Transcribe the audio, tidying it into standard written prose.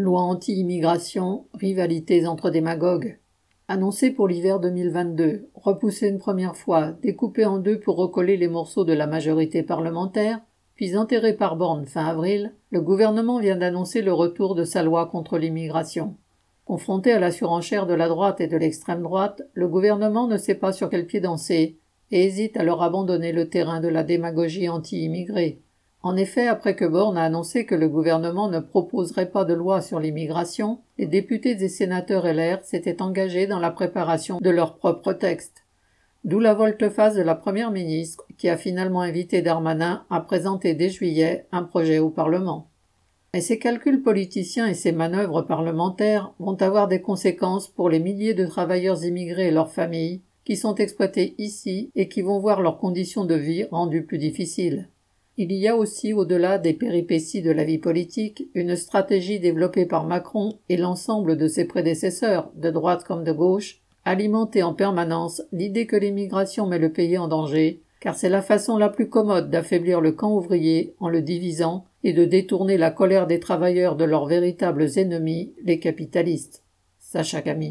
Loi anti-immigration, rivalités entre démagogues. Annoncé pour l'hiver 2022, repoussé une première fois, découpé en deux pour recoller les morceaux de la majorité parlementaire, puis enterré par borne fin avril, le gouvernement vient d'annoncer le retour de sa loi contre l'immigration. Confronté à la surenchère de la droite et de l'extrême droite, le gouvernement ne sait pas sur quel pied danser et hésite à leur abandonner le terrain de la démagogie anti-immigrée. En effet, après que Borne a annoncé que le gouvernement ne proposerait pas de loi sur l'immigration, les députés et sénateurs LR s'étaient engagés dans la préparation de leur propre texte. D'où la volte-face de la première ministre, qui a finalement invité Darmanin à présenter dès juillet un projet au Parlement. Mais ces calculs politiciens et ces manœuvres parlementaires vont avoir des conséquences pour les milliers de travailleurs immigrés et leurs familles, qui sont exploités ici et qui vont voir leurs conditions de vie rendues plus difficiles. Il y a aussi, au-delà des péripéties de la vie politique, une stratégie développée par Macron et l'ensemble de ses prédécesseurs, de droite comme de gauche, alimenter en permanence l'idée que l'immigration met le pays en danger, car c'est la façon la plus commode d'affaiblir le camp ouvrier en le divisant et de détourner la colère des travailleurs de leurs véritables ennemis, les capitalistes. Sacha Camille.